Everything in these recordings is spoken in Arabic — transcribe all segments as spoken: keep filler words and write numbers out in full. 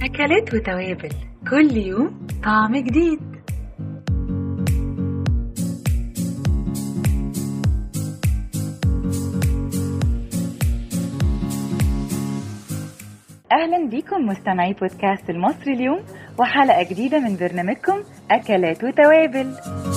أكلات وتوابل، كل يوم طعم جديد. أهلا بكم مستمعي بودكاست المصري اليوم وحلقة جديدة من برنامجكم أكلات وتوابل.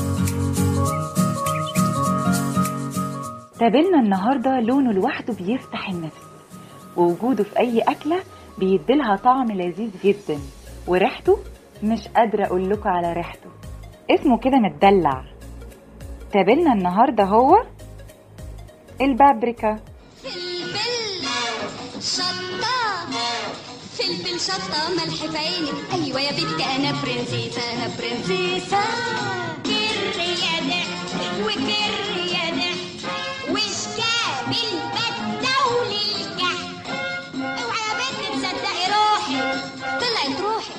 تابلنا النهاردة لونه لوحده بيفتح النفس، ووجوده في أي أكلة بيديلها طعم لذيذ جدا، وريحته مش قادرة أقول لكم على ريحته، اسمه كده متدلع. تابلنا النهاردة هو البابريكا. فلفل شطة فلفل شطة ملح في عينك، أيوة يا بنتي أنا برنسيسة أنا برنسيسة. كر يا ده وكر يا ده وشكاب البتة وللكحك، اوعى يا بنتي تصدقي روحي طلعت روحي.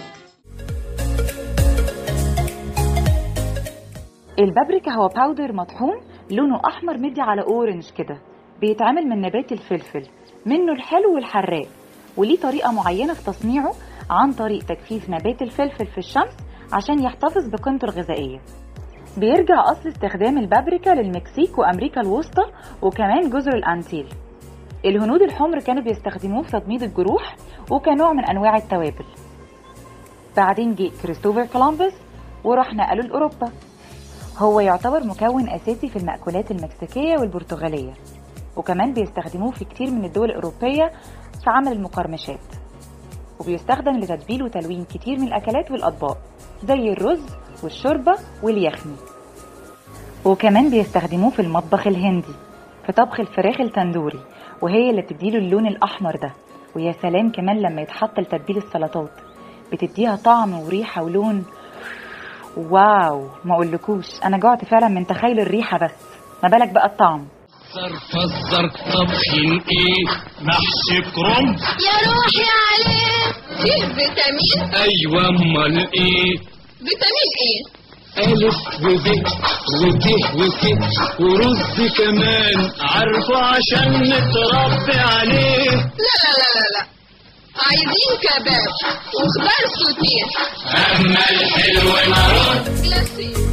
البابريكا هو باودر مطحون لونه أحمر مدي على أورنج كده، بيتعمل من نبات الفلفل، منه الحلو والحراق، وليه طريقة معينة في تصنيعه عن طريق تجفيف نبات الفلفل في الشمس عشان يحتفظ بقيمته الغذائية. بيرجع أصل استخدام البابريكا للمكسيك وأمريكا الوسطى وكمان جزر الأنتيل. الهنود الحمر كانوا بيستخدموه في تضميد الجروح وكنوع من أنواع التوابل. بعدين جه كريستوفر كولومبوس وراح نقله لأوروبا. هو يعتبر مكون أساسي في المأكولات المكسيكية والبرتغالية، وكمان بيستخدموه في كتير من الدول الأوروبية في عمل المقرمشات، وبيستخدم لتتبيل وتلوين كتير من الأكلات والأطباق زي الرز والشوربة واليخني. وكمان بيستخدموه في المطبخ الهندي في طبخ الفراخ التندوري، وهي اللي بتديله اللون الأحمر ده. ويا سلام كمان لما يتحط لتتبيل السلطات، بتديها طعم وريحة ولون واو ما اقولكوش. انا جعت فعلا من تخيل الريحة بس، ما بالك بقى الطعم. فزر طبخين ايه محشي كرنب يا روحي عليه فيه فيتامين. ايوه امال ايه؟ فيتامين ايه؟ الف وب وت وك ورز كمان عارفه عشان نتربي عليه. لا لا لا لا لا، عايزين كباب وخضار سوتيه، اما الحلو نار كلاسيك.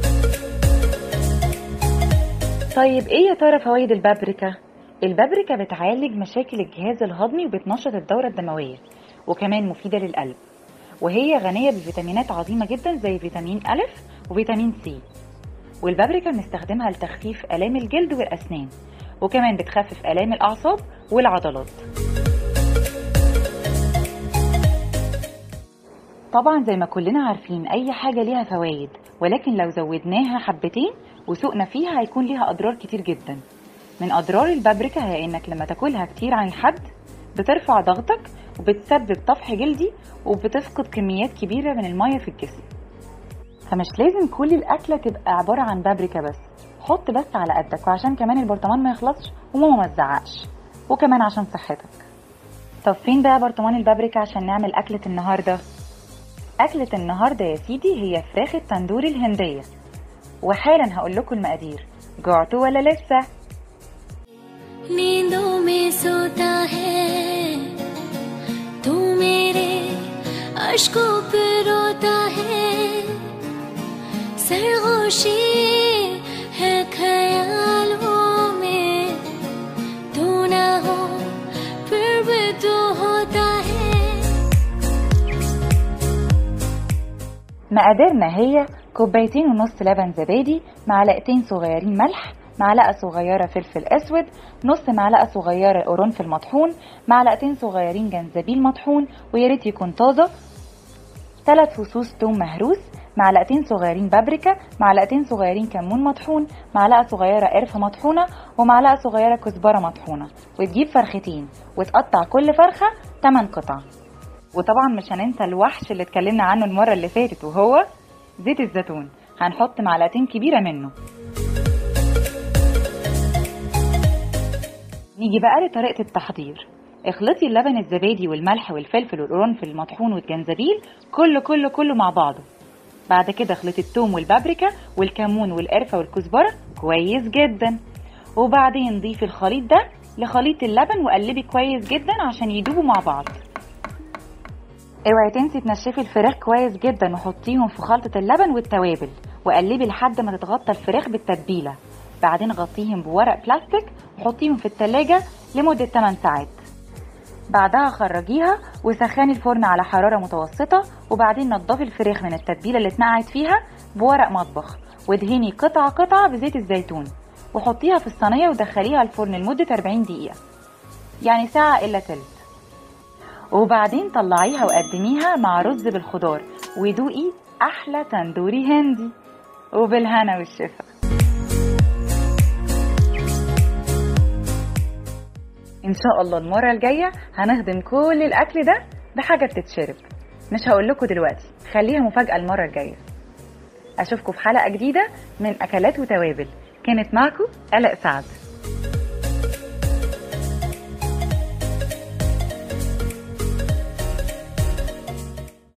طيب ايه يا ترى فوائد البابريكا؟ البابريكا بتعالج مشاكل الجهاز الهضمي وبتنشط الدورة الدموية، وكمان مفيدة للقلب، وهي غنية بفيتامينات عظيمة جدا زي فيتامين ألف وفيتامين سي. والبابريكا بنستخدمها لتخفيف آلام الجلد والأسنان، وكمان بتخفف آلام الأعصاب والعضلات. طبعا زي ما كلنا عارفين اي حاجة ليها فوائد، ولكن لو زودناها حبتين وسوقنا فيها هيكون ليها اضرار كتير جدا. من اضرار البابريكا هي انك لما تاكلها كتير عن الحد بترفع ضغطك وبتسبب طفح جلدي وبتفقد كميات كبيرة من المية في الجسم. فمش لازم كل الاكلة تبقى عبارة عن بابريكا بس، حط بس على قدك، وعشان كمان البرطمان ما يخلصش وماما ما تزعقش، وكمان عشان صحتك. طب فين بقى برطمان البابريكا عشان نعمل اكلة النهاردة؟ أكلة النهاردة يا سيدي هي فراخ التندوري الهندية، وحالا هقول لكم المقادير. جعتوا ولا لسه؟ नींदों में सोता है तू मेरे अश्कों पे रोता है सरगोशी है ख्यालों में तू ना हो फिर भी तू होता है. مقاديرنا هي كوبايتين ونص لبن زبادي، معلقتين صغيرين ملح، معلقة صغيرة فلفل أسود، نص معلقة صغيرة قرنفل مطحون، معلقتين صغيرين جنزبيل مطحون وياريت يكون طازة، ثلاث فصوص توم مهروس، معلقتين صغيرين بابريكا، معلقتين صغيرين كمون مطحون، معلقة صغيرة قرفة مطحونة، ومعلقة صغيرة كزبرة مطحونة. وتجيب فرختين وتقطع كل فرخة ثمانية قطع. وطبعا مش هننسى الوحش اللي اتكلمنا عنه المرة اللي فاتت، وهو زيت الزيتون. هنحط معلقتين كبيرة منه. نيجي بقى لطريقة التحضير. اخلطي اللبن الزبادي والملح والفلفل والقرنفل المطحون والجنزبيل كله كله كله مع بعضه. بعد كده اخلطي الثوم والبابريكا والكمون والقرفة والكزبرة كويس جدا، وبعدين ضيفي الخليط ده لخليط اللبن وقلبي كويس جدا عشان يدوبوا مع بعض. اوعي تنسي تنشفي الفراخ كويس جدا وحطيهم في خلطة اللبن والتوابل وقلبي لحد ما تتغطى الفراخ بالتتبيلة. بعدين غطيهم بورق بلاستيك وحطيهم في التلاجة لمدة ثماني ساعات. بعدها خرجيها وسخني الفرن على حرارة متوسطة، وبعدين نضفي الفراخ من التتبيلة اللي اتنقعت فيها بورق مطبخ وادهني قطعة قطعة بزيت الزيتون وحطيها في الصينية ودخليها الفرن لمدة أربعين دقيقة، يعني ساعة إلا تلت. وبعدين طلعيها وقدميها مع رز بالخضار ودوقي أحلى تندوري هندي، وبالهنا والشفا. إن شاء الله المرة الجاية هنخدم كل الأكل ده بحاجة بتتشرب، مش هقولكوا دلوقتي، خليها مفاجأة المرة الجاية. أشوفكوا في حلقة جديدة من أكلات وتوابل. كانت معكم آلاء سعد.